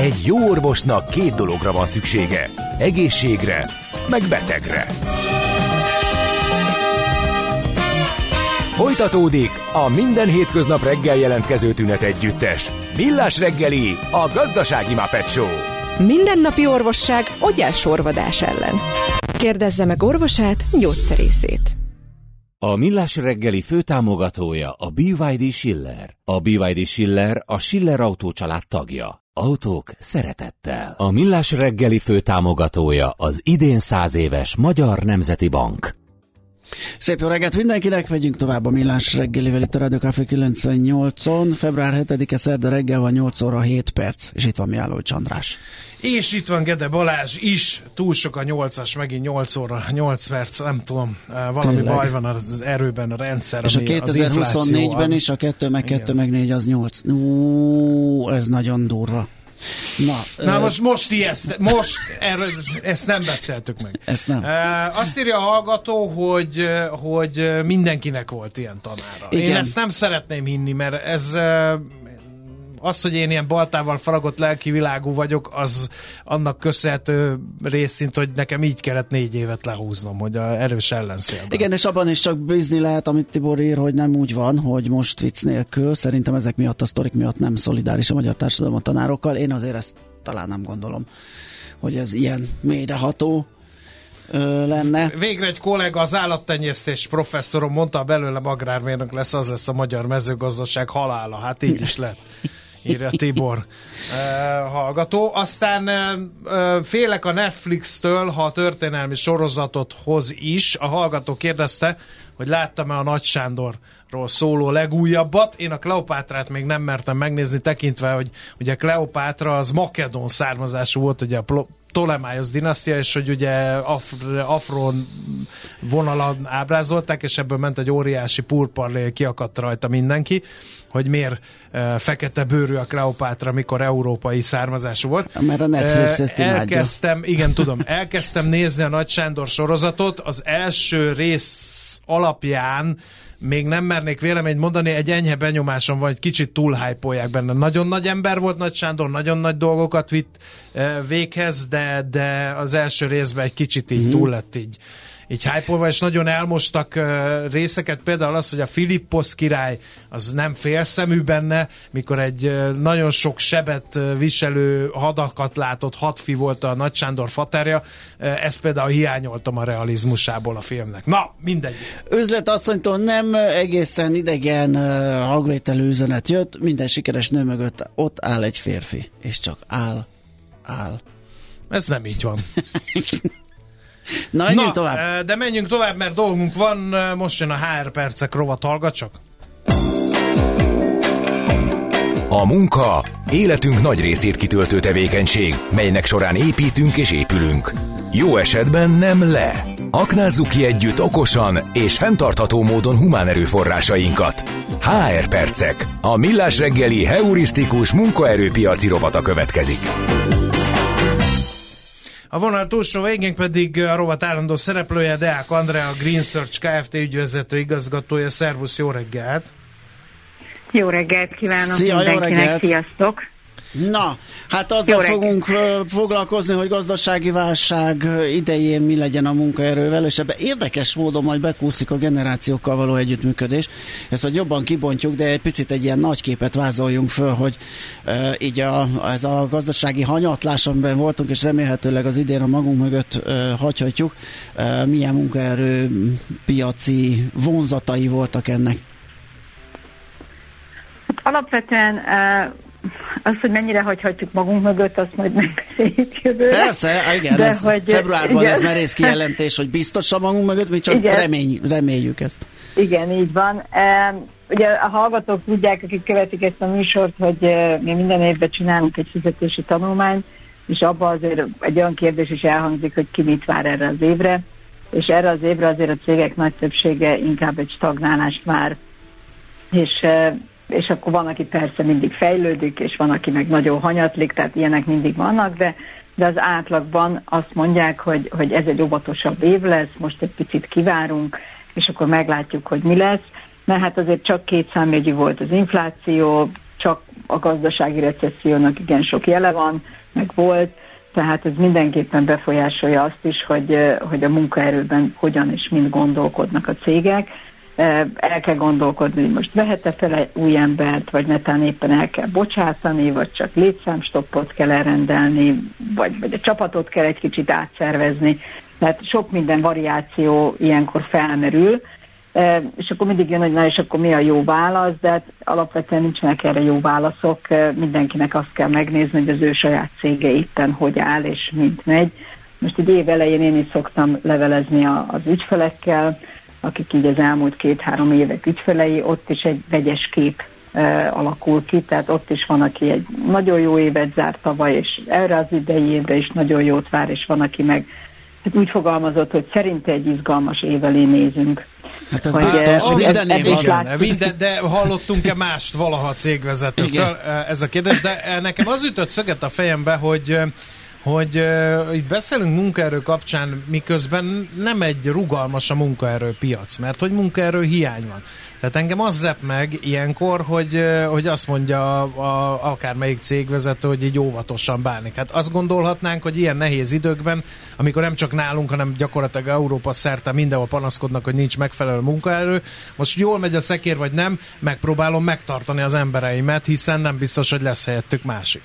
Egy jó orvosnak 2 dologra van szüksége. Egészségre, meg betegre. Folytatódik a minden hétköznap reggel jelentkező tünet együttes. Millás reggeli, a gazdasági Muppet Show. Mindennapi orvosság ogyásorvadás ellen. Kérdezze meg orvosát, gyógyszerészét. A Millás reggeli főtámogatója a BYD Schiller. A BYD Schiller a Schiller Autó család tagja. Autók szeretettel. A Millás reggeli főtámogatója az idén 100 éves Magyar Nemzeti Bank. Szép jó reggelt mindenkinek, vegyünk tovább a Millás reggelivel itt a Rádió Café 98-on. Február 7-e szerda reggel van 8 óra 7 perc, és itt van Mihálovics András. És itt van Gede Balázs is, túl sok a 8-as, megint 8 óra, 8 perc, nem tudom, valami tényleg baj van az erőben, a rendszer. És a 2024-ben is a 2 meg 2 meg 4 az 8. Ez nagyon durva. Na most erről, ezt nem beszéltük meg. Ezt nem. Azt írja a hallgató, hogy mindenkinek volt ilyen tanára. Igen. Én ezt nem szeretném hinni, mert ez az, hogy én ilyen baltával faragott lelki világú vagyok, az annak köszönhető részint, hogy nekem így kellett 4 évet lehúznom, hogy a erős ellenszélben. Igen, és abban is csak bízni lehet, amit Tibor ír, hogy nem úgy van, hogy most vicc nélkül. Szerintem ezek miatt, a sztorik miatt nem szolidáris a magyar társadalom a tanárokkal. Én azért ezt talán nem gondolom, hogy ez ilyen mélyreható lenne. Végre egy kollega, az állattenyésztés professzorom mondta, belőlem agrármérnök lesz, az lesz a magyar mezőgazdaság halála. Hát így is lett. Írja Tibor hallgató. Aztán félek a Netflix-től, ha a történelmi sorozatot hoz is. A hallgató kérdezte, hogy láttam-e a Nagy Sándorról szóló legújabbat. Én a Kleopátrát még nem mertem megnézni, tekintve, hogy ugye Kleopátra az makedón származású volt, ugye a Ptolemaios dinasztia, és hogy ugye afron vonalat ábrázolták, és ebből ment egy óriási purparlé, kiakadt rajta mindenki, hogy miért fekete bőrű a Kleopátra, mikor európai származású volt. Mert a Netflix ezt imádja. Elkezdtem nézni a Nagy Sándor sorozatot, az első rész alapján még nem mernék véleményt mondani, egy enyhe benyomásom van, hogy kicsit túl hype-olják benne. Nagyon nagy ember volt Nagy Sándor, nagyon nagy dolgokat vitt véghez, de az első részben egy kicsit így túl lett így hype-olva, és nagyon elmostak részeket, például az, hogy a Philipposz király az nem félszemű benne, mikor egy nagyon sok sebet viselő hadakat látott hadfi volt a Nagy Sándor faterja, ezt például hiányoltam a realizmusából a filmnek. Na, mindegy. Üzletasszonytól nem egészen idegen hangvételű üzenet jött, minden sikeres nő mögött ott áll egy férfi, és csak áll. Ez nem így van. Na, menjünk tovább. De menjünk tovább, mert dolgunk van, most jön a HR percek rovat, hallgat csak. A munka életünk nagy részét kitöltő tevékenység, melynek során építünk és épülünk. Jó esetben nem le. Aknázzuk ki együtt okosan és fenntartható módon humán erőforrásainkat. HR percek. A Millás reggeli heurisztikus munkaerőpiaci rovata következik. A vonal túlsó végén pedig a rovat állandó szereplője, Deák Andrea, a Green Search Kft. Ügyvezető igazgatója. Szervusz, jó reggelt! Jó reggelt kívánok! Szia, mindenkinek, jó reggelt. Sziasztok! Na, hát azzal fogunk foglalkozni, hogy gazdasági válság idején mi legyen a munkaerővel, és ebben érdekes módon majd bekúszik a generációkkal való együttműködés. Ezt majd jobban kibontjuk, de egy picit egy ilyen nagy képet vázoljunk föl, hogy így ez a gazdasági hanyatlás, amiben voltunk, és remélhetőleg az idén a magunk mögött hagyhatjuk, milyen munkaerő piaci vonzatai voltak ennek? Hát alapvetően az, hogy mennyire hagyhatjuk magunk mögött, azt majd megbeszéljük jövőre. Persze, igen, de ez hogy, februárban igen. ez merész kijelentés, hogy biztosan magunk mögött, mi csak reméljük ezt. Igen, így van. Ugye a hallgatók tudják, akik követik ezt a műsort, hogy mi minden évben csinálunk egy fizetési tanulmányt, és abban azért egy olyan kérdés is elhangzik, hogy ki mit vár erre az évre, és erre az évre azért a cégek nagy többsége inkább egy stagnálást vár, és akkor van, aki persze mindig fejlődik, és van, aki meg nagyon hanyatlik, tehát ilyenek mindig vannak, de az átlagban azt mondják, hogy ez egy óvatosabb év lesz, most egy picit kivárunk, és akkor meglátjuk, hogy mi lesz, mert hát azért csak 2 számjegyű volt az infláció, csak a gazdasági recessziónak igen sok jele van, meg volt, tehát ez mindenképpen befolyásolja azt is, hogy a munkaerőben hogyan és mind gondolkodnak a cégek. El kell gondolkodni, hogy most vehet-e fel új embert, vagy netán éppen el kell bocsátani, vagy csak létszámstoppot kell elrendelni, vagy a csapatot kell egy kicsit átszervezni. Tehát sok minden variáció ilyenkor felmerül, és akkor mindig jön, hogy na és akkor mi a jó válasz, de hát alapvetően nincsenek erre jó válaszok, mindenkinek azt kell megnézni, hogy az ő saját cége itten hogy áll és mint megy. Most egy év elején én is szoktam levelezni az ügyfelekkel, akik így az elmúlt 2-3 évek ügyfelei, ott is egy vegyes kép alakul ki, tehát ott is van, aki egy nagyon jó évet zárt tavaly, és erre az idei évre is nagyon jót vár, és van, aki meg hát úgy fogalmazott, hogy szerinte egy izgalmas év elé nézünk. Hát ez biztos, minden év az. De hallottunk-e mást valaha a cégvezetőktől? Ez a kérdés, de nekem az ütött szöget a fejembe, hogy itt beszélünk munkaerő kapcsán, miközben nem egy rugalmas a munkaerőpiac, mert hogy munkaerő hiány van. Tehát engem az lep meg ilyenkor, hogy azt mondja akármelyik cégvezető, hogy így óvatosan bánik. Hát azt gondolhatnánk, hogy ilyen nehéz időkben, amikor nem csak nálunk, hanem gyakorlatilag Európa szerte mindenhol panaszkodnak, hogy nincs megfelelő munkaerő, most jól megy a szekér vagy nem, megpróbálom megtartani az embereimet, hiszen nem biztos, hogy lesz helyettük másik.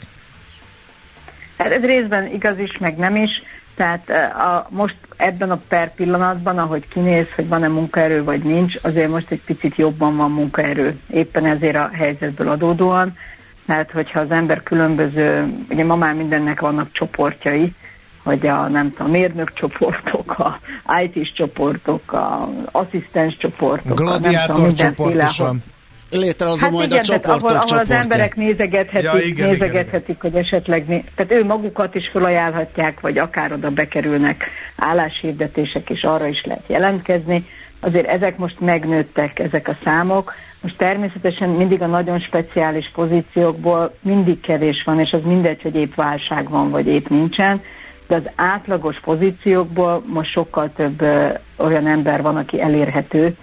Hát ez részben igaz is, meg nem is. Tehát most ebben a per pillanatban, ahogy kinéz, hogy van-e munkaerő vagy nincs, azért most egy picit jobban van munkaerő. Éppen ezért a helyzetből adódóan. Tehát, hogyha az ember különböző, ugye ma már mindennek vannak csoportjai, hogy a mérnök csoportok, a IT-s csoportok, a asszisztens csoportok, gladiátor csoport is van. Létrehozom majd igen, a csoportok ahol az emberek nézegethetik, hogy esetleg tehát ő magukat is felajánlhatják, vagy akár oda bekerülnek álláshirdetések, és arra is lehet jelentkezni. Azért ezek most megnőttek, ezek a számok. Most természetesen mindig a nagyon speciális pozíciókból mindig kevés van, és az mindegy, hogy épp válság van, vagy épp nincsen, de az átlagos pozíciókból most sokkal több olyan ember van, aki elérhető,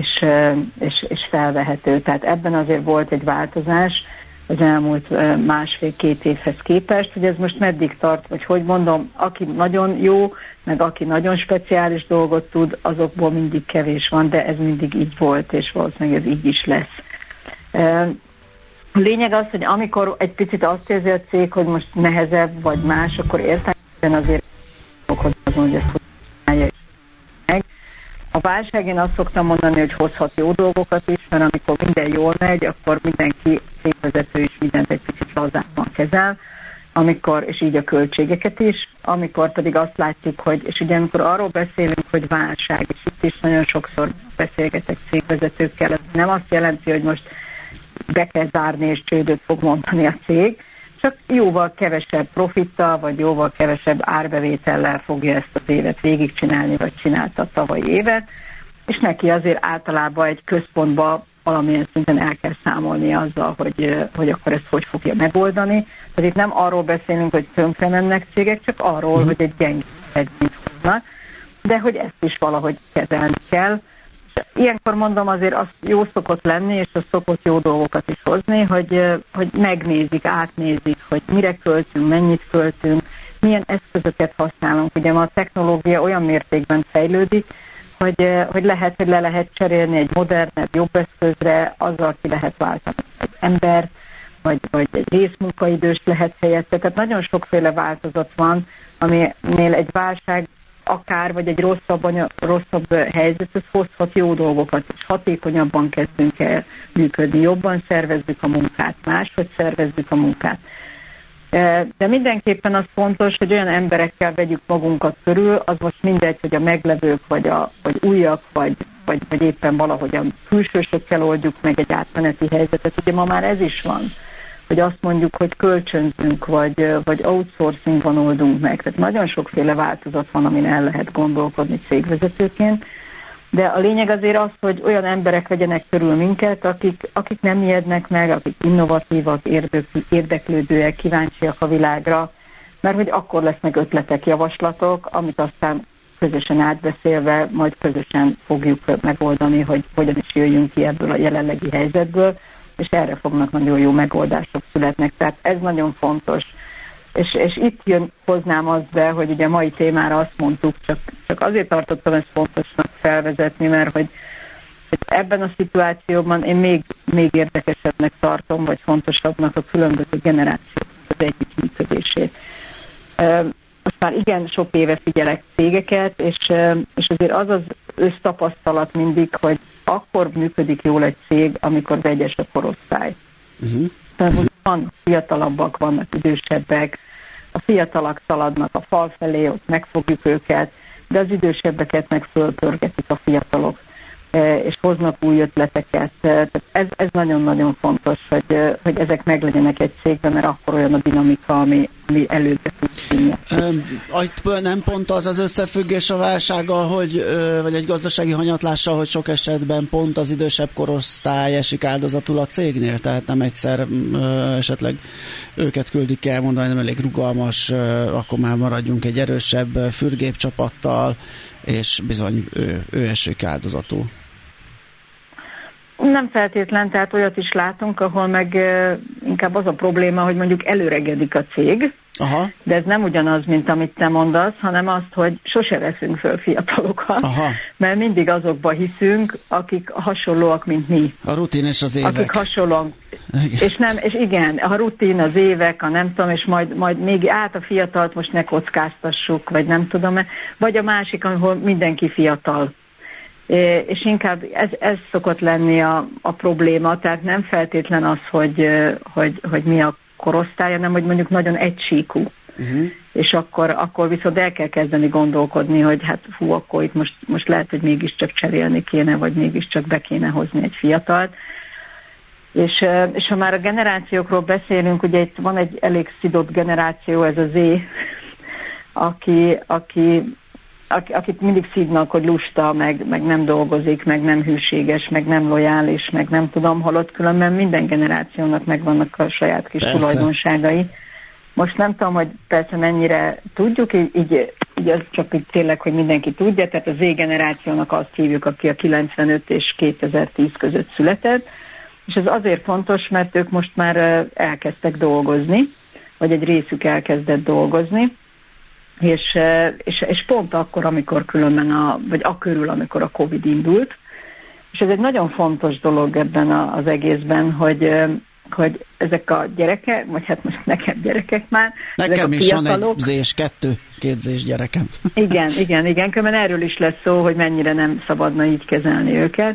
és felvehető. Tehát ebben azért volt egy változás az elmúlt 1,5-2 évhez képest, hogy ez most meddig tart, vagy hogy mondom, aki nagyon jó, meg aki nagyon speciális dolgot tud, azokból mindig kevés van, de ez mindig így volt, és valószínűleg ez így is lesz. A lényeg az, hogy amikor egy picit azt érzi a cég, hogy most nehezebb, vagy más, akkor értelmesen azért hogy ezt csinálja meg. A válság, én azt szoktam mondani, hogy hozhat jó dolgokat is, mert amikor minden jól megy, akkor mindenki, cégvezető is mindent egy picit lazábban kezel, és így a költségeket is, amikor pedig azt látjuk, hogy, és ugye amikor arról beszélünk, hogy válság, és itt is nagyon sokszor beszélgetek cégvezetőkkel, ez nem azt jelenti, hogy most be kell zárni, és csődöt fog mondani a cég, csak jóval kevesebb profittal, vagy jóval kevesebb árbevétellel fogja ezt az évet végigcsinálni, vagy csinálta a tavalyi évet, és neki azért általában egy központba valamilyen szinten el kell számolni azzal, hogy akkor ezt hogy fogja megoldani. Tehát itt nem arról beszélünk, hogy tönkre mennek cégek, csak arról, hogy egy gyenge eredményt hoznak, de hogy ezt is valahogy kezelni kell. Ilyenkor mondom, azért az jó szokott lenni, és az szokott jó dolgokat is hozni, hogy megnézik, átnézik, hogy mire költünk, mennyit költünk, milyen eszközöket használunk. Ugye ma a technológia olyan mértékben fejlődik, hogy lehet, hogy le lehet cserélni egy modernebb, jobb eszközre, azzal ki lehet váltani egy embert, vagy egy részmunkaidőst lehet helyette. Tehát nagyon sokféle változat van, aminél egy válság akár, vagy egy rosszabb helyzethez hozhat jó dolgokat, és hatékonyabban kezdünk el működni, jobban szervezzük a munkát, máshogy szervezzük a munkát. De mindenképpen az fontos, hogy olyan emberekkel vegyük magunkat körül, az most mindegy, hogy a meglevők, vagy újak, vagy éppen valahogy a külsősökkel oldjuk meg egy átmeneti helyzetet. Ugye ma már ez is van, hogy azt mondjuk, hogy kölcsönzünk, vagy outsourcingban oldunk meg. Tehát nagyon sokféle változat van, amin el lehet gondolkodni cégvezetőként, de a lényeg azért az, hogy olyan emberek vegyenek körül minket, akik nem ijednek meg, akik innovatívak, érdeklődőek, kíváncsiak a világra, mert hogy akkor lesznek ötletek, javaslatok, amit aztán közösen átbeszélve, majd közösen fogjuk megoldani, hogy hogyan is jöjjünk ki ebből a jelenlegi helyzetből. és erre fognak nagyon jó megoldások születnek. Tehát ez nagyon fontos. És itt hoznám azt be, hogy ugye a mai témára azt mondtuk, csak azért tartottam ezt fontosnak felvezetni, mert hogy ebben a szituációban én még érdekesebbnek tartom, vagy fontosabbnak a különböző generációk az együttműködését. Most már igen sok éve figyelek cégeket, és azért az össztapasztalat mindig, hogy akkor működik jól egy cég, amikor vegyes a korosztály. Tehát vannak fiatalabbak, vannak idősebbek, a fiatalak szaladnak a fal felé, ott megfogjuk őket, de az idősebbeket meg fölpörgetik a fiatalok, és hoznak új ötleteket. Tehát ez nagyon-nagyon fontos, hogy ezek meglegyenek egy cégben, mert akkor olyan a dinamika, ami előtte tud színni. Nem pont az összefüggés a válsággal, vagy egy gazdasági hanyatlással, hogy sok esetben pont az idősebb korosztály esik áldozatul a cégnél, tehát nem egyszer esetleg őket küldik el, mondani, nem elég rugalmas, akkor már maradjunk egy erősebb fürgépcsapattal, és bizony ő esik áldozatul. Nem feltétlen, tehát olyat is látunk, ahol meg inkább az a probléma, hogy mondjuk előregedik a cég, aha, de ez nem ugyanaz, mint amit te mondasz, hanem azt, hogy sose veszünk föl fiatalokat, aha, mert mindig azokba hiszünk, akik hasonlóak, mint mi. A rutin és az évek. Akik hasonlóak. És igen, a rutin, az évek, a nem tudom, és majd még a fiatalt most ne kockáztassuk, vagy nem tudom, vagy a másik, ahol mindenki fiatal. És inkább ez szokott lenni a probléma, tehát nem feltétlen az, hogy mi a korosztály, hanem hogy mondjuk nagyon egysíkú. És akkor viszont el kell kezdeni gondolkodni, hogy hát akkor itt most lehet, hogy mégiscsak cserélni kéne, vagy mégiscsak be kéne hozni egy fiatalt. És ha már a generációkról beszélünk, ugye itt van egy elég szidott generáció, ez a Z, akit mindig szídnak, hogy lusta, meg nem dolgozik, meg nem hűséges, meg nem lojális, meg nem tudom, holott különben minden generációnak megvannak a saját kis tulajdonságai. Most nem tudom, hogy persze mennyire tudjuk, így az csak így tényleg, hogy mindenki tudja, tehát a Z generációnak azt hívjuk, aki a 95 és 2010 között született, és ez azért fontos, mert ők most már elkezdtek dolgozni, vagy egy részük elkezdett dolgozni, és pont akkor, amikor különben vagy akkörül, amikor a Covid indult, és ez egy nagyon fontos dolog ebben az egészben, hogy ezek a gyerekek, vagy hát most nekem gyerekek már, nekem is van egy zés, két zés gyerekem. Igen, különben erről is lesz szó, hogy mennyire nem szabadna így kezelni őket,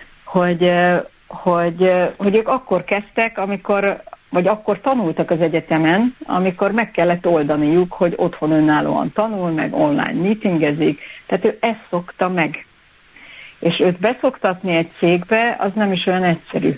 hogy ők akkor kezdtek, vagy akkor tanultak az egyetemen, amikor meg kellett oldaniuk, hogy otthon önállóan tanul, meg online meetingezik, tehát ő ezt szokta meg. És őt beszoktatni egy cégbe, az nem is olyan egyszerű.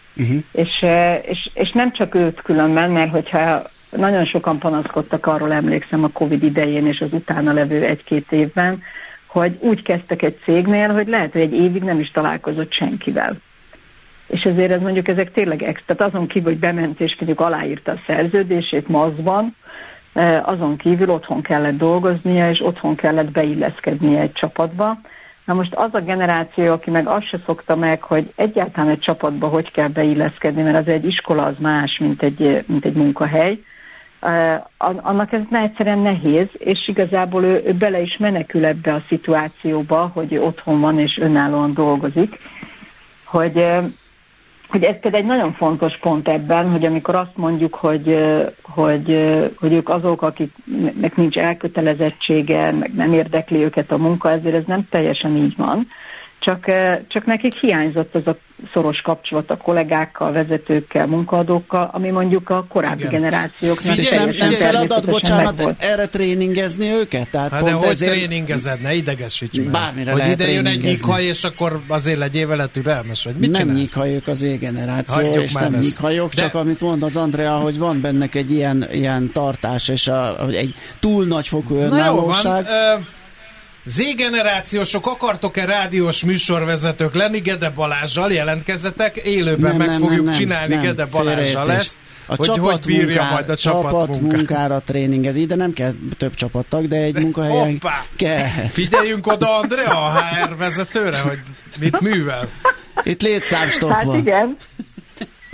És nem csak őt különben, mert hogyha nagyon sokan panaszkodtak, arról emlékszem a Covid idején és az utána levő 1-2 évben, hogy úgy kezdtek egy cégnél, hogy lehet, hogy egy évig nem is találkozott senkivel. És ezért ezek tényleg extra. Tehát azon kívül, hogy bement és mondjuk aláírta a szerződését mazban, azon kívül otthon kellett dolgoznia, és otthon kellett beilleszkednie egy csapatba. Na most az a generáció, aki meg azt se szokta meg, hogy egyáltalán egy csapatba hogy kell beilleszkedni, mert az egy iskola az más, mint egy munkahely, annak ez egyszerűen nehéz, és igazából ő bele is menekül ebbe a szituációba, hogy ő otthon van és önállóan dolgozik, hogy ez például egy nagyon fontos pont ebben, hogy amikor azt mondjuk, hogy ők azok, akiknek nincs elkötelezettsége, meg nem érdekli őket a munka, ezért ez nem teljesen így van. Csak nekik hiányzott az a szoros kapcsolat a kollégákkal, vezetőkkel, munkaadókkal, ami mondjuk a korábbi generációknak is nem feladat, bocsánat, erre tréningezni őket? Tehát hát pont de hogy tréningezed, ne idegesíts meg. Bármire hogy lehet ide jön egy tréningezni. nyikhaj, és akkor azért legyél vele türelmes, vagy mit nem csinálsz? nyikhajok az generáció, és nem nyikhajok, csak amit mond az Andrea, hogy van bennek egy ilyen tartás, és egy túl nagyfokú önállóság. Z-generációsok, akartok-e rádiós műsorvezetők lenni? Gede Balázsral jelentkezzetek, élőben meg fogjuk csinálni Gede Balázsral ezt, hogy bírja majd a csapatmunkára tréningezi, de nem kell több csapattag, de egy munkahelyen kell. Figyeljünk oda Andrea, a HR vezetőre, hogy mit művel. Itt létszámstopp van. Hát igen.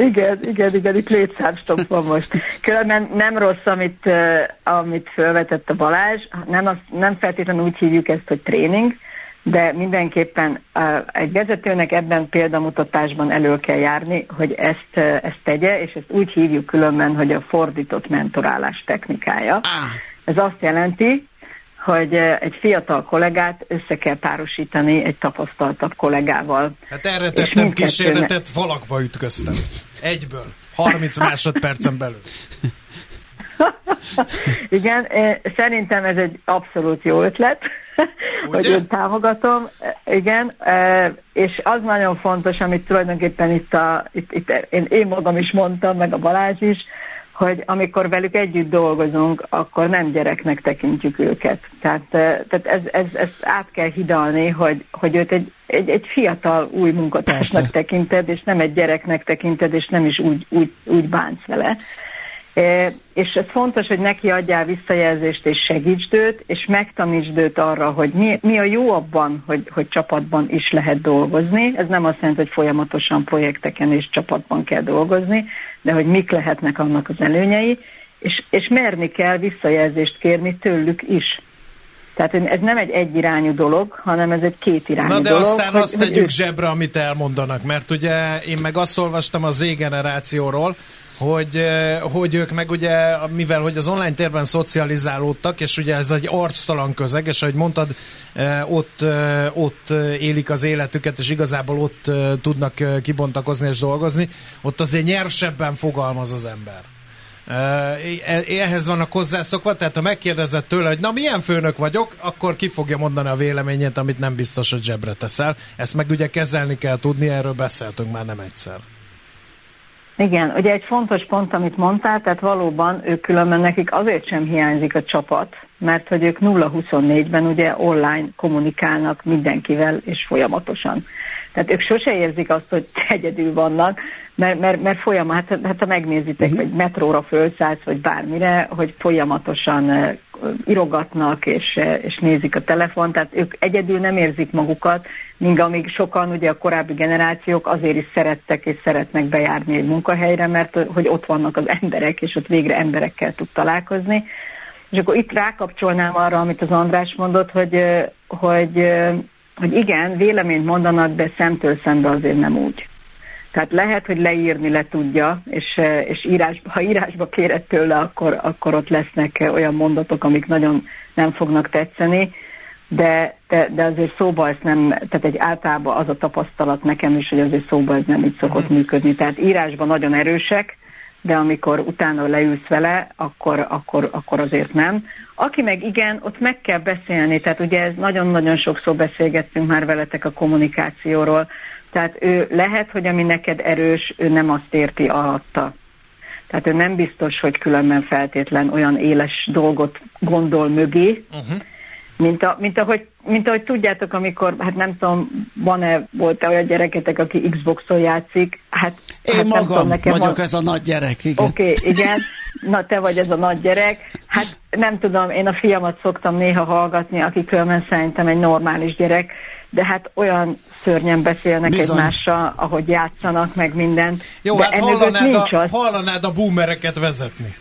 Igen, itt létszámstopp van most. Különben nem rossz, amit felvetett a Balázs, nem feltétlenül úgy hívjuk ezt, hogy tréning, de mindenképpen egy vezetőnek ebben példamutatásban elő kell járni, hogy ezt tegye, és ezt úgy hívjuk különben, hogy a fordított mentorálás technikája. Ez azt jelenti, hogy egy fiatal kollégát össze kell párosítani egy tapasztaltabb kollégával. Hát erre tettem kísérletet, falakba ütköztem. Egyből. 30 másodpercen belül. Igen, szerintem ez egy abszolút jó ötlet, hogy én támogatom. Igen, és az nagyon fontos, amit tulajdonképpen itt én magam is mondtam, meg a Balázs is, hogy amikor velük együtt dolgozunk, akkor nem gyereknek tekintjük őket. Tehát ezt át kell hidalni, hogy őt egy fiatal új munkatársnak tekinted, és nem egy gyereknek tekinted, és nem is úgy bánsz vele. És ez fontos, hogy neki adjál visszajelzést, és segítsd őt, és megtanítsd őt arra, hogy mi a jó abban, hogy csapatban is lehet dolgozni. Ez nem azt jelenti, hogy folyamatosan projekteken és csapatban kell dolgozni, de hogy mik lehetnek annak az előnyei, és merni kell visszajelzést kérni tőlük is. Tehát ez nem egy egyirányú dolog, hanem ez egy kétirányú dolog. Na de aztán azt tegyük zsebre, amit elmondanak, mert ugye én meg azt olvastam a Z-generációról, hogy ők meg ugye, mivel hogy az online térben szocializálódtak, és ugye ez egy arctalan közeg, és ahogy mondtad, ott élik az életüket, és igazából ott tudnak kibontakozni és dolgozni, ott azért nyersebben fogalmaz az ember. Ehhez vannak hozzászokva, tehát ha megkérdezed tőle, hogy na milyen főnök vagyok, akkor ki fogja mondani a véleményét, amit nem biztos, hogy zsebre teszel. Ezt meg ugye kezelni kell tudni, erről beszéltünk már nem egyszer. Igen, ugye egy fontos pont, amit mondtál, tehát valóban ők különben nekik azért sem hiányzik a csapat, mert hogy ők 0-24-ben ugye online kommunikálnak mindenkivel és folyamatosan. Tehát ők sose érzik azt, hogy egyedül vannak, mert folyamatosan, hát ha megnézitek, hogy metróra fölszállsz, vagy bármire, hogy folyamatosan írogatnak és nézik a telefon, tehát ők egyedül nem érzik magukat, amíg sokan ugye a korábbi generációk azért is szerettek és szeretnek bejárni egy munkahelyre, mert hogy ott vannak az emberek, és ott végre emberekkel tud találkozni. És akkor itt rákapcsolnám arra, amit az András mondott, hogy igen, véleményt mondanak, de szemtől szembe azért nem úgy. Tehát lehet, hogy leírni le tudja, és ha írásba kéred tőle, akkor ott lesznek olyan mondatok, amik nagyon nem fognak tetszeni, de azért szóba ez nem, tehát egy általában az a tapasztalat nekem is, hogy azért szóba ez nem így szokott működni. Tehát írásban nagyon erősek, de amikor utána leülsz vele, akkor azért nem. Aki meg igen, ott meg kell beszélni, tehát ugye ez nagyon-nagyon sokszor beszélgettünk már veletek a kommunikációról, tehát ő lehet, hogy ami neked erős, ő nem azt érti alatta. Tehát ő nem biztos, hogy különben feltétlen olyan éles dolgot gondol mögé, mint ahogy tudjátok, amikor, hát nem tudom, volt-e olyan gyereketek, aki Xboxon játszik, én magam vagyok ez a nagy gyerek, igen. Oké, igen, na te vagy ez a nagy gyerek, hát nem tudom, én a fiamat szoktam néha hallgatni, aki különben szerintem egy normális gyerek, de hát olyan szörnyen beszélnek egymással, ahogy játszanak, meg minden. Jó, de hát hallanád a boomereket vezetni.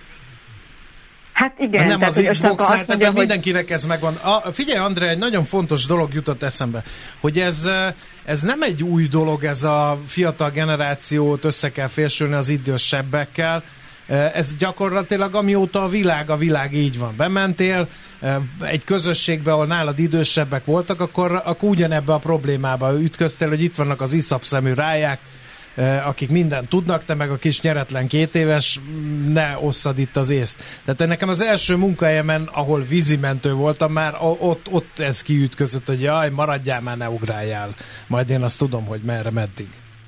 Hát igen. Nem az Xbox-nál, tehát mindenkinek ez megvan. Figyelj, André, egy nagyon fontos dolog jutott eszembe, hogy ez nem egy új dolog, ez a fiatal generációt össze kell fésülni az idősebbekkel. Ez gyakorlatilag amióta a világ így van. Bementél egy közösségbe, ahol nálad idősebbek voltak, akkor ugyanebbe a problémába ütköztél, hogy itt vannak az iszapszemű ráják, akik mindent tudnak, te meg a kis nyeretlen 2 éves, ne osszad itt az észt. Tehát nekem az első munkahelyemen, ahol vízimentő voltam már, ott ez kiütközött, hogy jaj, maradjál már, ne ugráljál. Majd én azt tudom, hogy merre, meddig.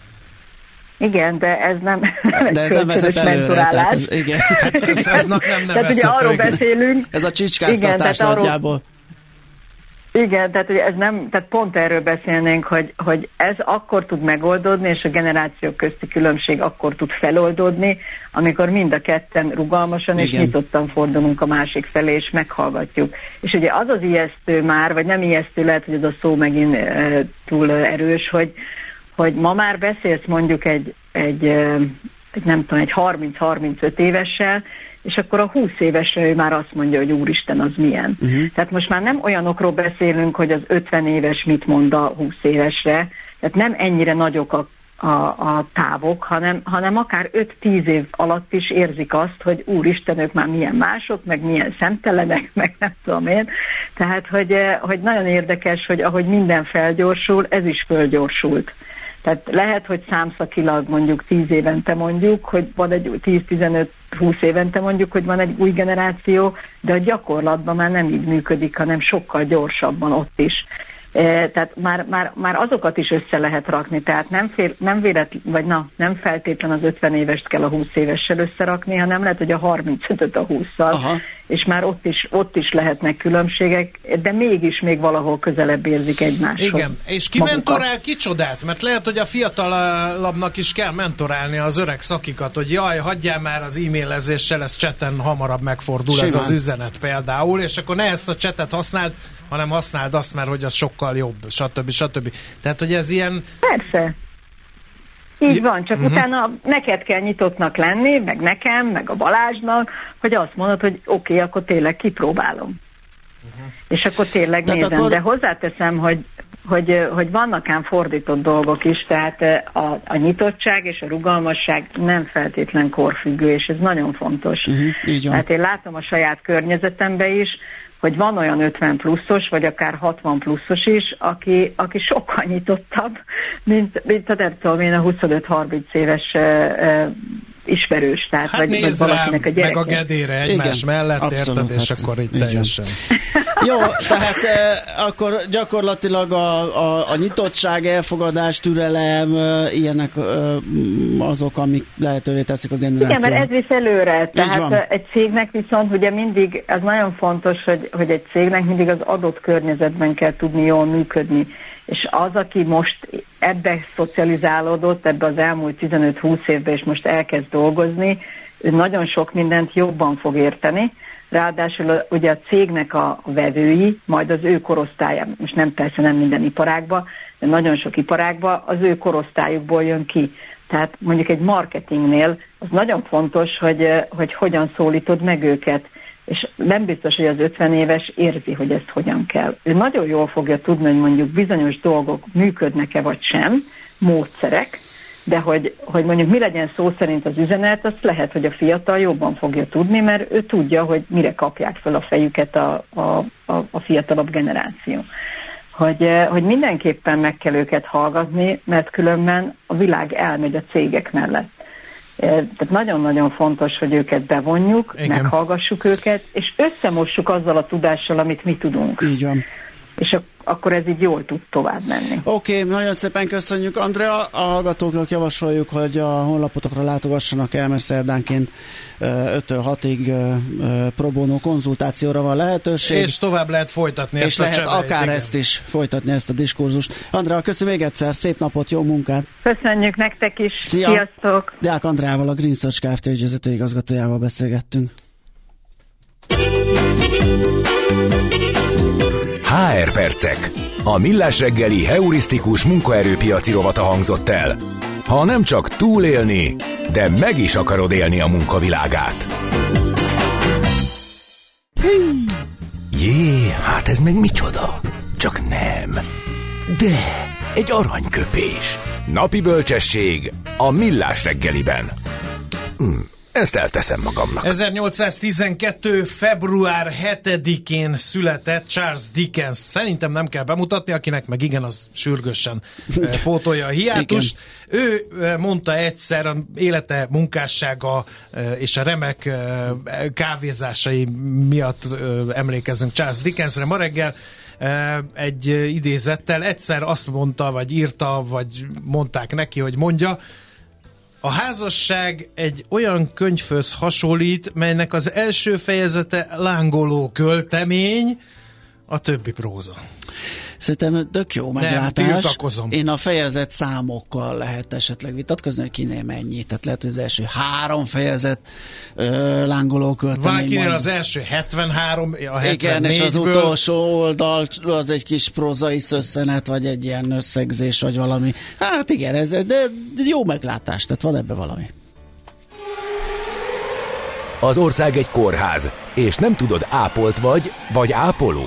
Igen, de ez nem vezet előre. Igen. Hát ez nem tehát ugye arról beszélünk. Ez a csicskáztatás nagyjából. Igen, tehát ugye ez nem, tehát pont erről beszélnénk, hogy ez akkor tud megoldódni, és a generációk közti különbség akkor tud feloldódni, amikor mind a ketten rugalmasan és nyitottan fordulunk a másik felé, és meghallgatjuk. És ugye az az ijesztő már, vagy nem ijesztő, lehet, hogy ez a szó megint túl erős, hogy ma már beszélsz mondjuk egy nem tudom, egy 30-35 évessel, és akkor a 20 évesre ő már azt mondja, hogy úristen, az milyen. Tehát most már nem olyanokról beszélünk, hogy az 50 éves mit mond a 20 évesre, tehát nem ennyire nagyok a távok, hanem akár 5-10 év alatt is érzik azt, hogy úristen, ők már milyen mások, meg milyen szemtelenek, meg nem tudom én. Tehát, hogy nagyon érdekes, hogy ahogy minden felgyorsul, ez is fölgyorsult. Tehát lehet, hogy számszakilag mondjuk 10 évente mondjuk, hogy van egy 10-15-20 évente mondjuk, hogy van egy új generáció, de a gyakorlatban már nem így működik, hanem sokkal gyorsabban ott is. Tehát már azokat is össze lehet rakni, tehát nem feltétlen az 50 évest kell a 20 évessel összerakni, hanem lehet, hogy a 35-öt a 20-szal, és már ott is lehetnek különbségek, de mégis még valahol közelebb érzik egymáshoz. Igen, és ki mentorál kicsodát? Mert lehet, hogy a fiatalabbnak is kell mentorálni az öreg szakikat, hogy jaj, hagyjál már az e-mailezéssel, ez chaten hamarabb megfordul. Simán. Ez az üzenet például, és akkor ne ezt a chatet használd, hanem használd azt, mert hogy az sokkal jobb, stb. Tehát, hogy ez ilyen... Persze. Így van, csak utána neked kell nyitottnak lenni, meg nekem, meg a Balázsnak, hogy azt mondod, hogy oké, akkor tényleg kipróbálom. És akkor tényleg nézem. Akkor... De hozzáteszem, hogy vannak ám fordított dolgok is, tehát a nyitottság és a rugalmasság nem feltétlen korfüggő, és ez nagyon fontos. Tehát én látom a saját környezetemben is, hogy van olyan 50 pluszos, vagy akár 60 pluszos is, aki sokkal nyitottabb, mint a nem tudom én a 25-30 éves ismerős. Tehát, hát nézd rám, meg a gedére egymás mellett, abszolút, érted, és akkor így teljesen. Jó, tehát akkor gyakorlatilag a nyitottság, elfogadás, türelem, ilyenek azok, amik lehetővé teszik a generációt. Igen, mert ez visz előre. Tehát egy cégnek viszont ugye mindig, az nagyon fontos, hogy egy cégnek mindig az adott környezetben kell tudni jól működni. És az, aki most ebbe szocializálódott, ebbe az elmúlt 15-20 évben, és most elkezd dolgozni, ő nagyon sok mindent jobban fog érteni. Ráadásul ugye a cégnek a vevői, majd az ő korosztályában, most persze nem minden iparágban, de nagyon sok iparágban az ő korosztályukból jön ki. Tehát mondjuk egy marketingnél az nagyon fontos, hogy hogyan szólítod meg őket. És nem biztos, hogy az 50 éves érzi, hogy ezt hogyan kell. Ő nagyon jól fogja tudni, hogy mondjuk bizonyos dolgok működnek-e vagy sem, módszerek, de hogy mondjuk mi legyen szó szerint az üzenet, azt lehet, hogy a fiatal jobban fogja tudni, mert ő tudja, hogy mire kapják fel a fejüket a fiatalabb generáció. Hogy mindenképpen meg kell őket hallgatni, mert különben a világ elmegy a cégek mellett. Tehát nagyon-nagyon fontos, hogy őket bevonjuk, meghallgassuk őket, és összemossuk azzal a tudással, amit mi tudunk. Így van. És akkor ez így jól tud tovább menni. Oké, nagyon szépen köszönjük, Andrea. A hallgatóknak javasoljuk, hogy a honlapotokra látogassanak el, mert szerdánként 5-től 6-ig pro bono konzultációra van lehetőség. És tovább lehet folytatni és ezt a lehet akár ezt is folytatni, ezt a diskurzust. Andrea, köszönöm még egyszer, szép napot, jó munkát! Köszönjük nektek is, sziasztok! Deák Andreával, a Green Search Kft. Ügyvezető igazgatójával beszélgettünk. HR percek. A Millás reggeli heurisztikus munkaerőpiaci rovata hangzott el. Ha nem csak túlélni, de meg is akarod élni a munkavilágát. Jé, hát ez meg micsoda? Csak nem. De egy aranyköpés. Napi bölcsesség a Millás reggeliben. Ezt elteszem magamnak. 1812. február 7-én született Charles Dickens. Szerintem nem kell bemutatni, akinek meg igen, az sürgősen pótolja a hiátust. Ő mondta egyszer, a élete, munkássága és a remek kávézásai miatt emlékezzünk Charles Dickensre ma reggel, egy idézettel. Egyszer azt mondta, vagy írta, vagy mondták neki, hogy mondja: a házasság egy olyan könyvhöz hasonlít, melynek az első fejezete lángoló költemény, a többi próza. Szerintem tök jó meglátás. Én a fejezet számokkal lehet esetleg vitatkozni, hogy kinél mennyi. Tehát lehet, hogy az első 3 fejezet lángoló költemény. Van kinél az első 73, a 74-ből. Igen, és az utolsó oldal az egy kis prózai szösszenet, vagy egy ilyen összegzés, vagy valami. Hát igen, de jó meglátás, tehát van ebben valami. Az ország egy kórház, és nem tudod, ápolt vagy ápoló.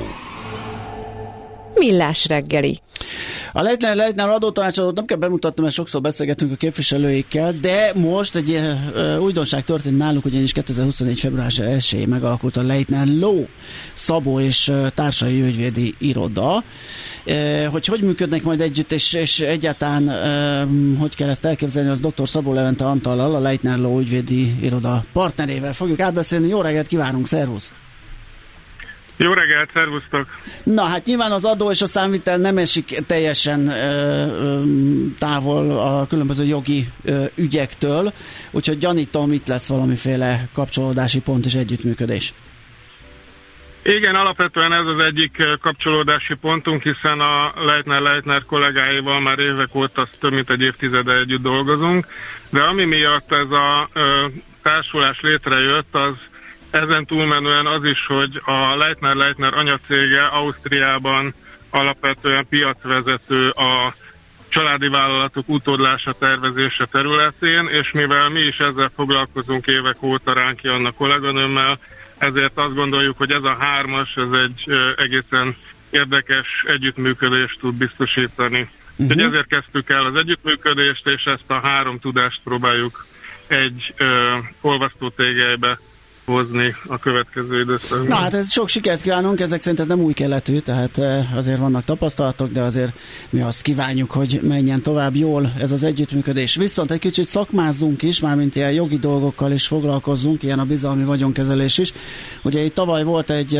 Millás reggeli. A Leitner adótanácsadót nem kell bemutatnom, mert sokszor beszélgetünk a képviselőikkel, de most egy újdonság történt náluk, ugyanis 2024. február 1-én megalakult a Leitner Law Szabó és társai ügyvédi iroda. Hogy működnek majd együtt, és egyáltalán hogy kell ezt elképzelni, az dr. Szabó Levente Antallal, a Leitner Law ügyvédi iroda partnerével fogjuk átbeszélni. Jó reggelt kívánunk, szervusz! Jó reggelt, szervusztok! Na, hát nyilván az adó és a számvitel nem esik teljesen távol a különböző jogi ügyektől, úgyhogy gyanítom, itt lesz valamiféle kapcsolódási pont és együttműködés. Igen, alapvetően ez az egyik kapcsolódási pontunk, hiszen a Leitner kollégáival már évek óta, több mint egy évtizede együtt dolgozunk, de ami miatt ez a társulás létrejött, az ezen túlmenően az is, hogy a Leitner anyacége Ausztriában alapvetően piacvezető a családi vállalatok utódlása tervezése területén, és mivel mi is ezzel foglalkozunk évek óta Ránki Anna kolléganőmmel, ezért azt gondoljuk, hogy ez a hármas, ez egy egészen érdekes együttműködést tud biztosítani. Úgyhogy ezért kezdtük el az együttműködést, és ezt a három tudást próbáljuk egy olvasztótégelybe hozni a következő időszakban. Na hát ez sok sikert kívánunk, ezek szerint ez nem új keletű, tehát azért vannak tapasztalatok, de azért mi azt kívánjuk, hogy menjen tovább jól ez az együttműködés. Viszont egy kicsit szakmázzunk is, mármint ilyen jogi dolgokkal is foglalkozzunk, ilyen a bizalmi vagyonkezelés is. Ugye itt tavaly volt egy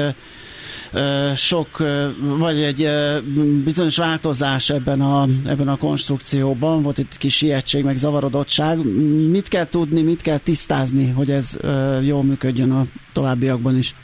egy bizonyos változás ebben a konstrukcióban, volt itt kis ijegység, meg zavarodottság. Mit kell tudni, mit kell tisztázni, hogy ez jól működjön a továbbiakban is?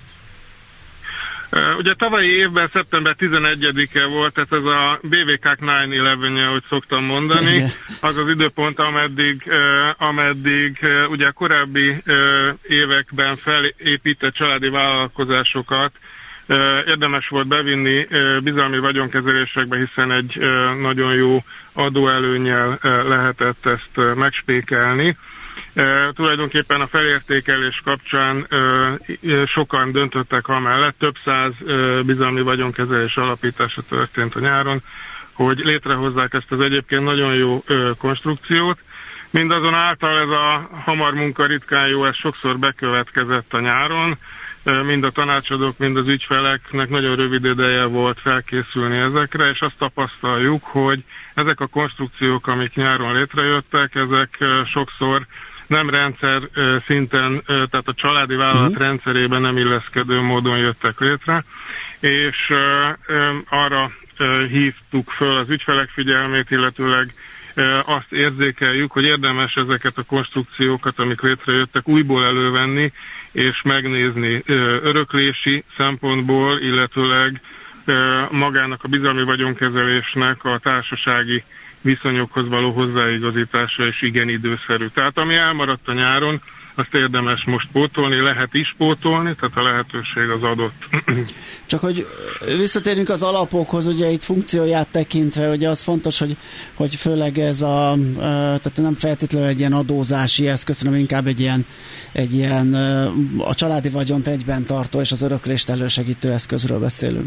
Ugye tavalyi évben szeptember 11-e volt, ez a BVK 9/11-je, ahogy szoktam mondani, az az időpont, ameddig ugye korábbi években felépített családi vállalkozásokat érdemes volt bevinni bizalmi vagyonkezelésekbe, hiszen egy nagyon jó adóelőnnyel lehetett ezt megspékelni. Tulajdonképpen a felértékelés kapcsán sokan döntöttek amellett, több száz bizalmi vagyonkezelés alapítása történt a nyáron, hogy létrehozzák ezt az egyébként nagyon jó konstrukciót. Mindazonáltal ez a hamar munka ritkán jó, ez sokszor bekövetkezett a nyáron, mind a tanácsadók, mind az ügyfeleknek nagyon rövid ideje volt felkészülni ezekre, és azt tapasztaljuk, hogy ezek a konstrukciók, amik nyáron létrejöttek, ezek sokszor nem rendszer szinten, tehát a családi vállalat rendszerében nem illeszkedő módon jöttek létre, és arra hívtuk föl az ügyfelek figyelmét, illetőleg azt érzékeljük, hogy érdemes ezeket a konstrukciókat, amik létrejöttek, újból elővenni, és megnézni öröklési szempontból, illetőleg magának a bizalmi vagyonkezelésnek a társasági viszonyokhoz való hozzáigazítása is igen időszerű. Tehát ami elmaradt a nyáron, azt érdemes most pótolni, lehet is pótolni, tehát a lehetőség az adott. Csak hogy visszatérünk az alapokhoz, ugye itt funkcióját tekintve, ugye az fontos, hogy főleg ez tehát nem feltétlenül egy ilyen adózási eszköz, hanem inkább egy ilyen a családi vagyont egyben tartó és az öröklést elősegítő eszközről beszélünk.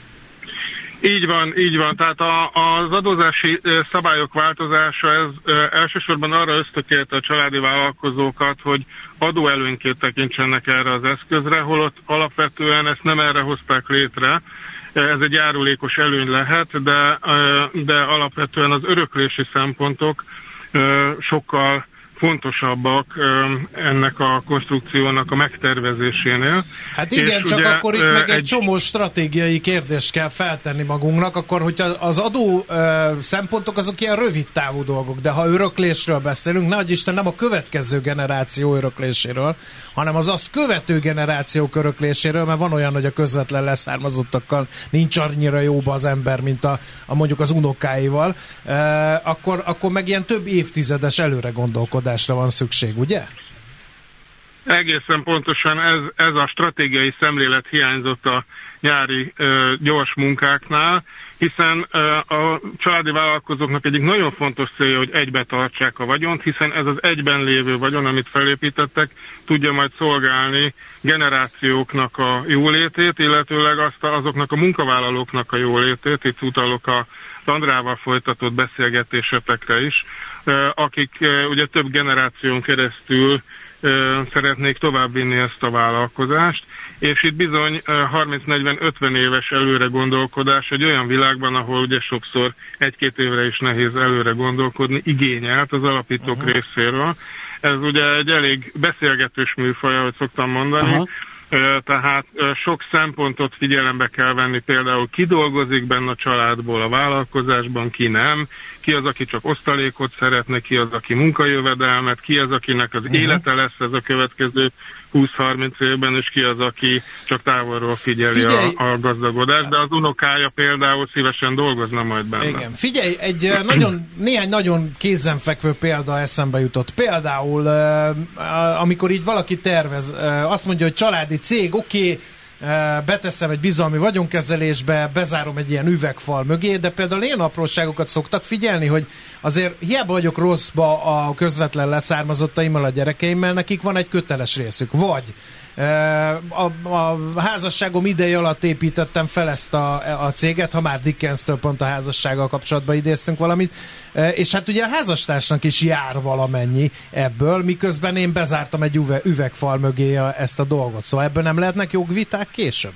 Így van. Tehát az adózási szabályok változása, ez elsősorban arra ösztökélte a családi vállalkozókat, hogy adóelőnyként tekintsenek erre az eszközre, holott alapvetően ezt nem erre hozták létre. Ez egy járulékos előny lehet, de alapvetően az öröklési szempontok sokkal fontosabbak ennek a konstrukciónak a megtervezésénél. Hát igen, csak akkor itt meg egy csomó stratégiai kérdést kell feltenni magunknak, akkor hogyha az adó szempontok azok ilyen rövid távú dolgok, de ha öröklésről beszélünk, nehogy Isten nem a következő generáció örökléséről, hanem az azt követő generációk örökléséről, mert van olyan, hogy a közvetlen leszármazottakkal nincs annyira jóba az ember, mint mondjuk az unokáival, akkor meg ilyen több évtizedes előre gondolkodásra van szükség, ugye? Egészen pontosan ez a stratégiai szemlélet hiányzott a nyári gyors munkáknál, hiszen a családi vállalkozóknak egyik nagyon fontos célja, hogy egybe tartsák a vagyont, hiszen ez az egyben lévő vagyon, amit felépítettek, tudja majd szolgálni generációknak a jólétét, illetőleg azoknak a munkavállalóknak a jólétét, itt utalok a Andrával folytatott beszélgetésetekre is, akik ugye több generáción keresztül szeretnék továbbvinni ezt a vállalkozást, és itt bizony 30-40-50 éves előre gondolkodás egy olyan világban, ahol ugye sokszor 1-2 évre is nehéz előre gondolkodni, igényelt az alapítók részéről. Ez ugye egy elég beszélgetős műfaj, ahogy szoktam mondani, tehát sok szempontot figyelembe kell venni, például ki dolgozik benne a családból a vállalkozásban, ki nem, ki az, aki csak osztalékot szeretne, ki az, aki munkajövedelmet, ki az, akinek az élete lesz ez a következő 20-30 évben, és ki az, aki csak távolról figyeli a gazdagodást, de az unokája például szívesen dolgozna majd benne. Igen. Figyelj, néhány nagyon kézenfekvő példa eszembe jutott. Például, amikor így valaki tervez, azt mondja, hogy családi cég, oké, beteszem egy bizalmi vagyonkezelésbe, bezárom egy ilyen üvegfal mögé, de például ilyen apróságokat szoktak figyelni, hogy azért hiába vagyok rosszba a közvetlen leszármazottaimmal, a gyerekeimmel, nekik van egy köteles részük. Vagy a házasságom ideje alatt építettem fel ezt a céget, ha már Dickenstől pont a házassággal kapcsolatban idéztünk valamit, és hát ugye a házastársnak is jár valamennyi ebből, miközben én bezártam egy üvegfal mögé ezt a dolgot. Szóval ebből nem lehetnek jogviták később?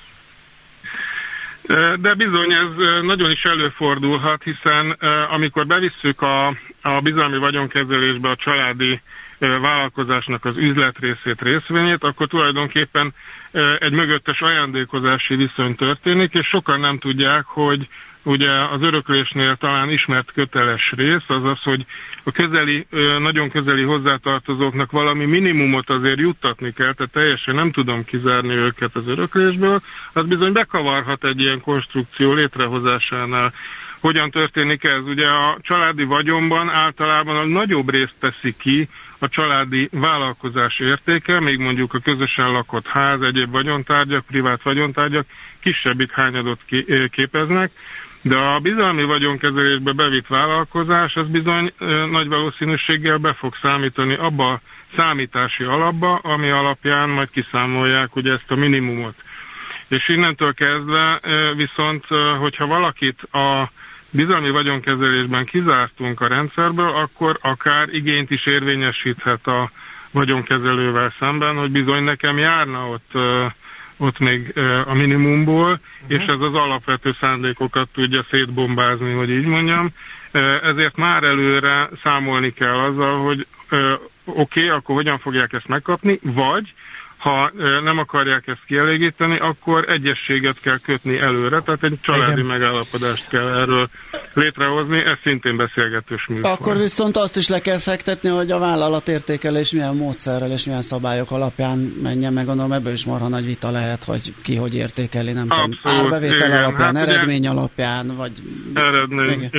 De bizony ez nagyon is előfordulhat, hiszen amikor bevisszük a bizalmi vagyonkezelésbe a családi vállalkozásnak az üzletrészét, részvényét, akkor tulajdonképpen egy mögöttes ajándékozási viszony történik, és sokan nem tudják, hogy ugye az öröklésnél talán ismert köteles rész, azaz, hogy a nagyon közeli hozzátartozóknak valami minimumot azért juttatni kell, tehát teljesen nem tudom kizárni őket az öröklésből, az bizony bekavarhat egy ilyen konstrukció létrehozásánál. Hogyan történik ez? Ugye a családi vagyonban általában a nagyobb részt teszi ki a családi vállalkozás értéke, még mondjuk a közösen lakott ház, egyéb vagyontárgyak, privát vagyontárgyak kisebbik hányadot képeznek, de a bizalmi vagyonkezelésbe bevitt vállalkozás az bizony nagy valószínűséggel be fog számítani abba a számítási alapba, ami alapján majd kiszámolják ugye ezt a minimumot. És innentől kezdve viszont, hogyha valakit a bizalmi vagyonkezelésben kizártunk a rendszerből, akkor akár igényt is érvényesíthet a vagyonkezelővel szemben, hogy bizony nekem járna ott még a minimumból, és ez az alapvető szándékokat tudja szétbombázni, hogy így mondjam. Ezért már előre számolni kell azzal, hogy oké, akkor hogyan fogják ezt megkapni, vagy ha nem akarják ezt kielégíteni, akkor egyességet kell kötni előre, tehát egy családi megállapodást kell erről létrehozni, ez szintén beszélgetős műfaj. Akkor viszont azt is le kell fektetni, hogy a vállalatértékelés milyen módszerrel és milyen szabályok alapján menjen meg, gondolom ebből is marha nagy vita lehet, hogy ki hogy értékeli, nem tudom, árbevétel alapján, hát eredmény alapján, vagy... Eredmény,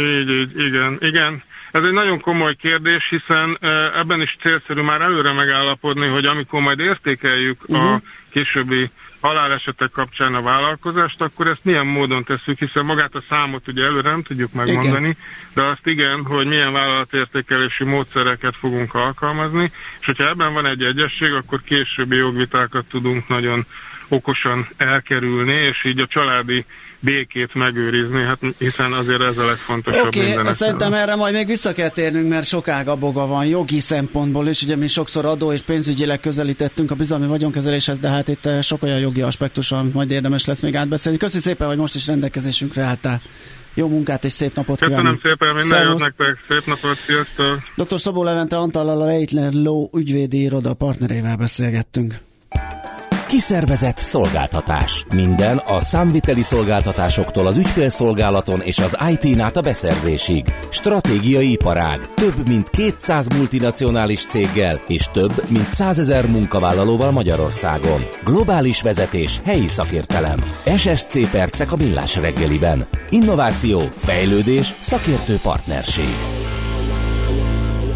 igen. Ez egy nagyon komoly kérdés, hiszen ebben is célszerű már előre megállapodni, hogy amikor majd értékeljük a későbbi halálesetek kapcsán a vállalkozást, akkor ezt milyen módon tesszük, hiszen magát a számot ugye előre nem tudjuk megmondani, de azt igen, hogy milyen vállalatértékelési módszereket fogunk alkalmazni, és hogyha ebben van egy egyesség, akkor későbbi jogvitákat tudunk nagyon okosan elkerülni, és így a családi békét megőrizni, hát hiszen azért ez a legfontosabb mindenek. Szerintem erre majd még vissza kell térnünk, mert sok ágaboga van jogi szempontból is, ugye mi sokszor adó és pénzügyileg közelítettünk a bizalmi vagyonkezeléshez, de hát itt sok olyan jogi aspektus van, majd érdemes lesz még átbeszélni. Köszi szépen, hogy most is rendelkezésünkre álltál. Jó munkát és szép napot kívánok! Köszönöm szépen, minden jót nektek, szép napot, sziasztok! Dr. Szabó Levente Antallal, a Leitner Law ügyvédi iroda partnerével beszélgettünk. Kiszervezett szolgáltatás. Minden a számviteli szolgáltatásoktól az ügyfélszolgálaton és az IT-n át a beszerzésig. Stratégiai iparág. Több mint 200 multinacionális céggel és több mint 100 000 munkavállalóval Magyarországon. Globális vezetés, helyi szakértelem. SSC percek a Millás reggeliben. Innováció, fejlődés, szakértő partnerség.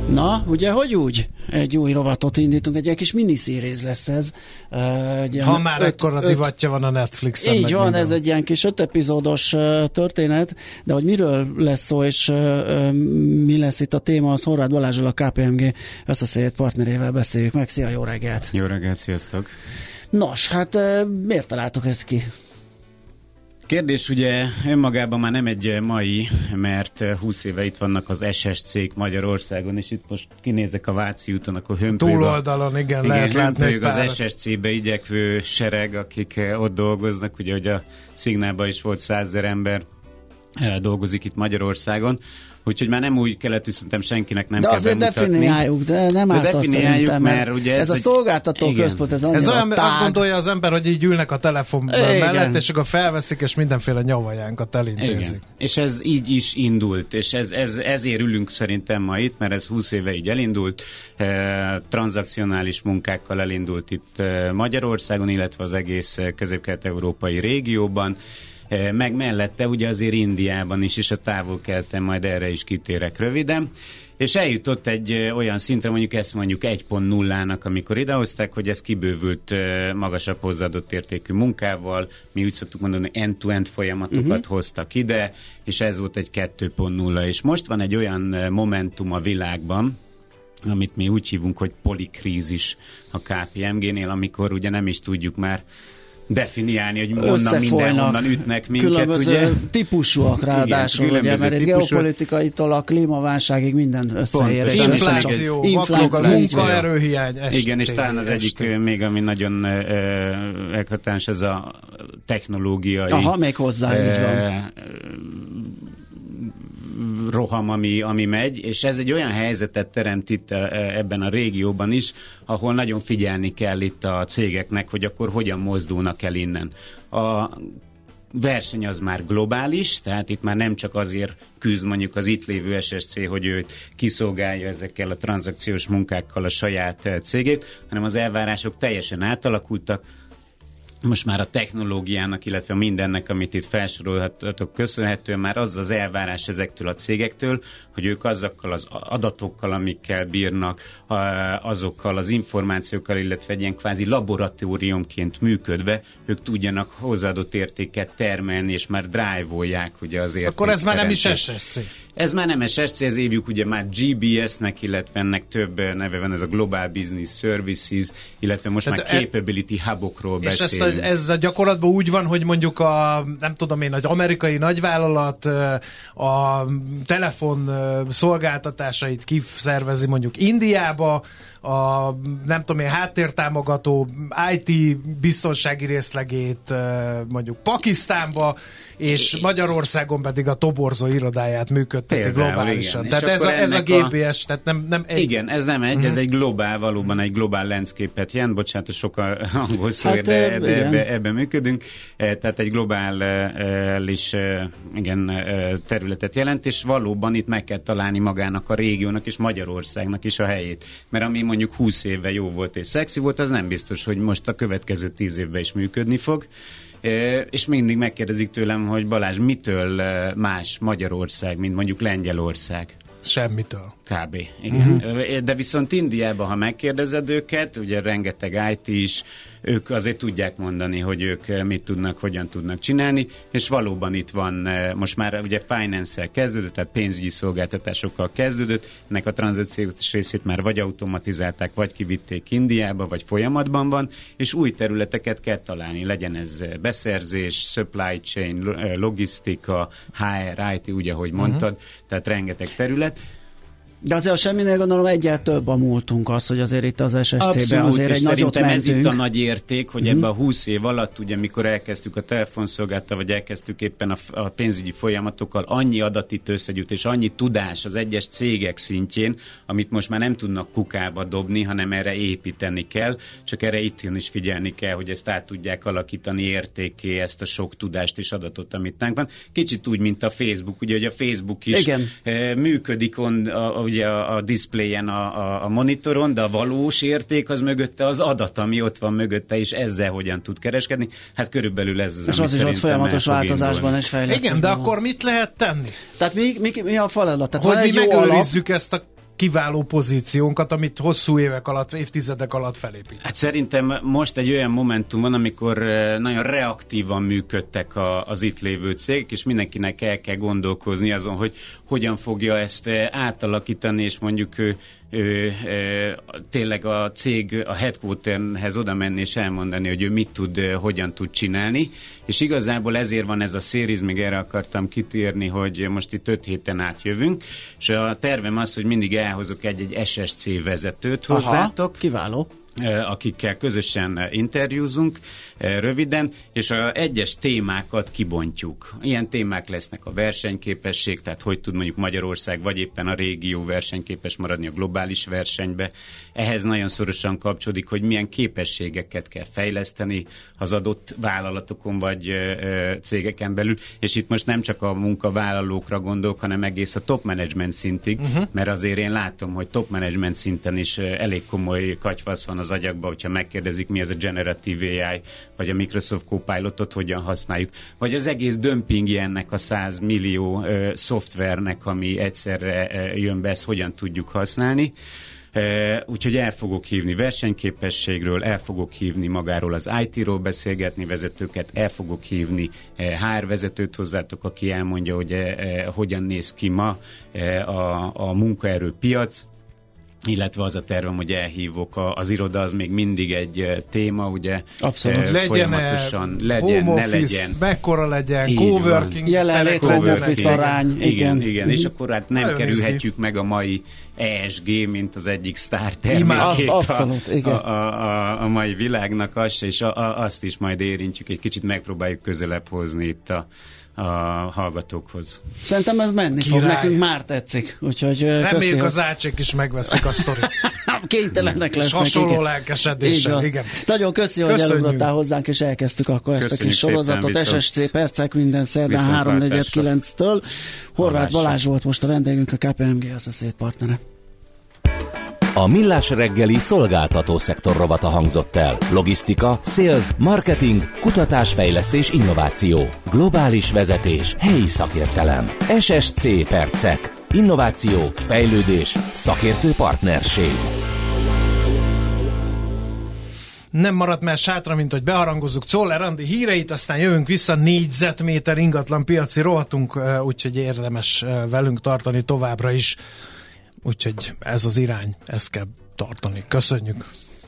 Na, ugye, hogy úgy? Egy új rovatot indítunk, egy kis miniszíréz lesz ez. Ha már ekkora divatja van a Netflixen. Így van, ez egy ilyen kis 5 epizódos történet, de hogy miről lesz szó, és mi lesz itt a téma, az Horváth Balázsral, a KPMG összeszélt partnerével beszéljük meg. Szia, jó reggelt! Jó reggelt, sziasztok! Nos, hát miért találtuk ezt ki? Kérdés ugye önmagában már nem egy mai, mert 20 éve itt vannak az SSC-k Magyarországon, és itt most kinézek a Váci úton, akkor túloldalon, igen, lehet látni az SSC-be igyekvő sereg, akik ott dolgoznak, ugye, hogy a Szignálban is volt 100 000 ember dolgozik itt Magyarországon. Úgyhogy már nem úgy kellett, szerintem senkinek nem de kell bemutatni. De azért definiáljuk, de nem által szerintem, mert ugye ez a szolgáltató központ, ez olyan, tág. Azt gondolja az ember, hogy így ülnek a telefon mellett, és akkor felveszik, és nyavajánkat elintézik. Igen. És ez így is indult, és ezért ülünk szerintem ma itt, mert ez 20 éve így elindult, tranzakcionális munkákkal elindult itt Magyarországon, illetve az egész közép-kelet-európai régióban, meg mellette ugye azért Indiában is, és a távol-keleten majd erre is kitérek röviden, és eljutott egy olyan szintre, mondjuk ezt mondjuk 1.0-nak, amikor idehozták, hogy ez kibővült magasabb hozzáadott értékű munkával, mi úgy szoktuk mondani, end-to-end folyamatokat hoztak ide, és ez volt egy 2.0, és most van egy olyan momentum a világban, amit mi úgy hívunk, hogy polikrízis a KPMG-nél, amikor ugye nem is tudjuk már definiálni, hogy onnan mindenhonnan ütnek minket. Különböző ugye? Típusúak ráadásul, igen, ugye, mert itt geopolitikaitól a klímaválságig minden összeér. Infláció, munkaerőhiány. Igen, és talán az egyik még, ami nagyon eklatens, ez a technológiai még hozzá, így van. roham, ami megy, és ez egy olyan helyzetet teremt itt ebben a régióban is, ahol nagyon figyelni kell itt a cégeknek, hogy akkor hogyan mozdulnak el innen. A verseny az már globális, tehát itt már nem csak azért küzd mondjuk az itt lévő SSC, hogy ő kiszolgálja ezekkel a tranzakciós munkákkal a saját cégét, hanem az elvárások teljesen átalakultak. Most már a technológiának, illetve mindennek, amit itt felsorolhatok köszönhetően, már az elvárás ezektől a cégektől, hogy ők azokkal az adatokkal, amikkel bírnak, azokkal az információkkal, illetve egy ilyen kvázi laboratóriumként működve, ők tudjanak hozzáadott értéket termelni, és már drive-olják ugye az értéket. Akkor ez már nem is SSC. Ez már nem SSC, ez évjük ugye már GBS-nek, illetve ennek több neve van, ez a Global Business Services, illetve most már Capability Hubokról beszélünk. És ez a gyakorlatban úgy van, hogy mondjuk nem tudom én, az amerikai nagyvállalat a telefon szolgáltatásait kiszervezi mondjuk Indiába, a nem tudom én, háttértámogató IT biztonsági részlegét mondjuk Pakisztánba, és Magyarországon pedig a toborzó irodáját működteti globálisan. Igen. Tehát ez a GPS, tehát nem egy... Igen, ez nem egy, ez egy globál, valóban egy globál landscape-et jelent, bocsánat, sokkal angol szó, de ebben működünk. Tehát egy globális területet jelent, és valóban itt meg kell találni magának a régiónak és Magyarországnak is a helyét. Mert ami mondjuk 20 éve jó volt és szexi volt, az nem biztos, hogy most a következő 10 évben is működni fog. És mindig megkérdezik tőlem, hogy Balázs, mitől más Magyarország, mint mondjuk Lengyelország? Semmitől. Kb. Igen. De viszont Indiában, ha megkérdezed őket, ugye rengeteg IT is, ők azért tudják mondani, hogy ők mit tudnak, hogyan tudnak csinálni, és valóban itt van, most már ugye finance-el kezdődött, tehát pénzügyi szolgáltatásokkal kezdődött, ennek a tranzakciós részét már vagy automatizálták, vagy kivitték Indiába, vagy folyamatban van, és új területeket kell találni, legyen ez beszerzés, supply chain, logisztika, HR, IT, ugye, ahogy mondtad, tehát rengeteg terület. De azért a semminél gondolom egyel több a múltunk az, hogy azért itt az SSC-ben azért egy nagyot mentünk. Ez itt a nagy érték, hogy ebben a 20 év alatt, ugye mikor elkezdtük a telefonszolgáltatásra, vagy elkezdtük éppen a pénzügyi folyamatokkal, annyi adat itt összegyűjt, és annyi tudás az egyes cégek szintjén, amit most már nem tudnak kukába dobni, hanem erre építeni kell, csak erre itt is figyelni kell, hogy ezt át tudják alakítani értékké, ezt a sok tudást és adatot, amit nálunk van. Kicsit úgy, mint a Facebook, ugye, hogy a Facebook is működik ugye a diszpléjen, a monitoron, de a valós érték az mögötte az adat, ami ott van mögötte, és ezzel hogyan tud kereskedni. Hát körülbelül ez az, és az is ott folyamatos változásban és fejlesztésben. Igen, de akkor mit lehet tenni? Tehát mi a feladat? Tehát hogy mi megőrizzük ezt a kiváló pozíciónkat, amit hosszú évek alatt, évtizedek alatt felépít. Hát szerintem most egy olyan momentum van, amikor nagyon reaktívan működtek az itt lévő cégek, és mindenkinek el kell gondolkozni azon, hogy hogyan fogja ezt átalakítani, és mondjuk tényleg a cég a headquarterhez oda menni és elmondani, hogy ő mit tud, hogyan tud csinálni, és igazából ezért van ez a series, még erre akartam kitérni, hogy most itt 5 héten átjövünk, és a tervem az, hogy mindig elhozok egy SSC vezetőt hozzátok. Kiváló. Akikkel közösen interjúzunk röviden, és a egyes témákat kibontjuk. Ilyen témák lesznek a versenyképesség, tehát hogy tud mondjuk Magyarország vagy éppen a régió versenyképes maradni a globális versenybe. Ehhez nagyon szorosan kapcsolódik, hogy milyen képességeket kell fejleszteni az adott vállalatokon vagy cégeken belül, és itt most nem csak a munkavállalókra gondolok, hanem egész a top management szintig, mert azért én látom, hogy top management szinten is elég komoly katyvasz van az agyakba, hogyha megkérdezik, mi ez a Generative AI, vagy a Microsoft Copilotot hogyan használjuk, vagy az egész dömpingje ennek a 100 millió szoftvernek, ami egyszerre jön be, ezt hogyan tudjuk használni. Úgyhogy el fogok hívni versenyképességről, el fogok hívni magáról az IT-ról beszélgetni vezetőket, el fogok hívni HR vezetőt hozzátok, aki elmondja, hogy hogyan néz ki ma a munkaerőpiac, illetve az a tervem, hogy elhívok, az iroda az még mindig egy téma, ugye. Abszolút. Folyamatosan legyen, home ne office, legyen. Mekkora legyen, coworking, jelenlét, home office arány. Igen. És akkor hát nem kerülhetjük meg a mai ESG, mint az egyik sztártermékét a mai világnak, és azt is majd érintjük, egy kicsit megpróbáljuk közelebb hozni itt a hallgatókhoz. Szerintem ez menni fog, nekünk már tetszik. Úgyhogy reméljük az ácsék is megveszik a sztorit. Kénytelenek lesznek. És hasonló lelkesedéssel, igen. Nagyon köszönjük, hogy elugrottál hozzánk, és elkezdtük akkor ezt a kis sorozatot. SSC percek minden szerdán 3-4-9-től. Horváth Balázs volt most a vendégünk, a KPMG Associate partnere. A Millás reggeli szolgáltató szektor rovata hangzott el. Logisztika, sales, marketing, kutatásfejlesztés, innováció. Globális vezetés, helyi szakértelem. SSC percek. Innováció, fejlődés, szakértő partnerség. Nem maradt más hátra, mint hogy beharangozzuk Czoller Andi híreit, aztán jövünk vissza, négyzetméter ingatlan piaci rovatunk, úgyhogy érdemes velünk tartani továbbra is. Úgyhogy ez az irány, ezt kell tartani. Köszönjük!